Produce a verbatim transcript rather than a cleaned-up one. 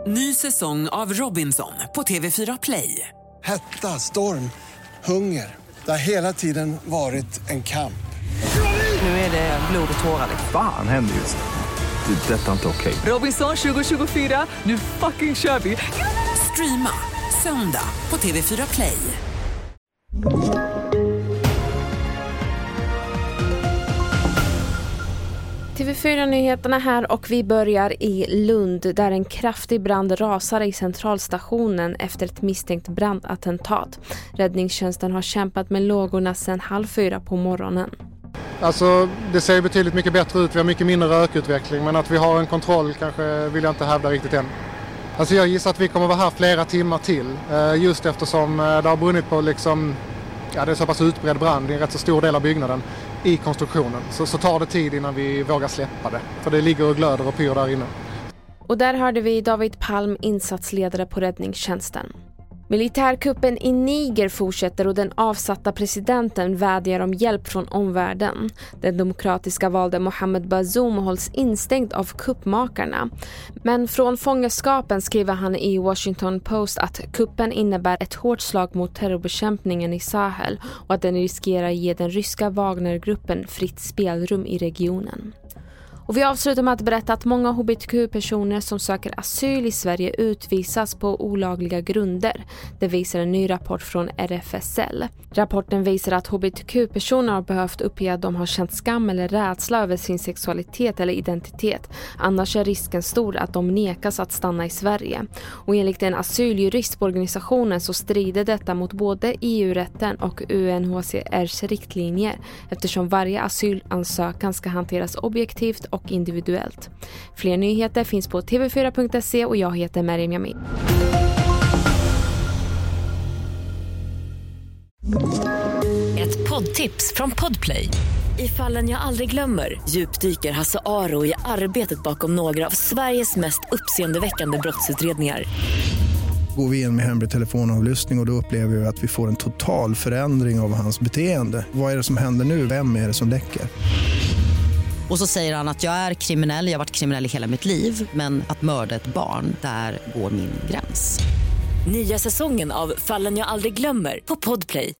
Ny säsong av Robinson på T V fyra Play. Hetta, storm, hunger. Det har hela tiden varit en kamp. Nu är det blod och tårar. Fan händer just det. Det är detta inte okej. Robinson tjugo tjugofyra, nu fucking kör vi. Streama söndag på T V fyra Play. T V fyra-nyheterna här och vi börjar i Lund där en kraftig brand rasar i centralstationen efter ett misstänkt brandattentat. Räddningstjänsten har kämpat med lågorna sedan halv fyra på morgonen. Alltså det ser betydligt mycket bättre ut, vi har mycket mindre rökutveckling, men att vi har en kontroll kanske vill jag inte hävda riktigt än. Alltså jag gissar att vi kommer vara här flera timmar till, just eftersom det har brunnit på liksom, ja det är så pass utbredd brand i en rätt så stor del av byggnaden i konstruktionen. Så, så tar det tid innan vi vågar släppa det, för det ligger och glöder och pyr där inne. Och där hörde vi David Palm, insatsledare på räddningstjänsten. Militärkuppen i Niger fortsätter och den avsatta presidenten vädjar om hjälp från omvärlden. Den demokratiska valde Mohamed Bazoum hålls instängd av kuppmakarna. Men från fångenskapen skriver han i Washington Post att kuppen innebär ett hårt slag mot terrorbekämpningen i Sahel och att den riskerar ge den ryska Wagnergruppen fritt spelrum i regionen. Och vi avslutar med att berätta att många H B T Q-personer som söker asyl i Sverige utvisas på olagliga grunder. Det visar en ny rapport från R F S L. Rapporten visar att H B T Q-personer har behövt uppge att de har känt skam eller rädsla över sin sexualitet eller identitet. Annars är risken stor att de nekas att stanna i Sverige. Och enligt en asyljurist på organisationen så strider detta mot både E U-rätten och U N H C R:s riktlinjer eftersom varje asylansökan ska hanteras objektivt och individuellt. Fler nyheter finns på t v fyra punkt se och jag heter Mariam Yamin. Ett poddtips från Podplay. I Fallen jag aldrig glömmer djupdyker Hasse Aro i arbetet bakom några av Sveriges mest uppseendeväckande brottsutredningar. Går vi in med hemlig telefonavlyssning och, och då upplever vi att vi får en total förändring av hans beteende. Vad är det som händer nu? Vem är det som läcker? Och så säger han att jag är kriminell, jag har varit kriminell i hela mitt liv. Men att mörda ett barn, där går min gräns. Nya säsongen av Fallen jag aldrig glömmer på Podplay.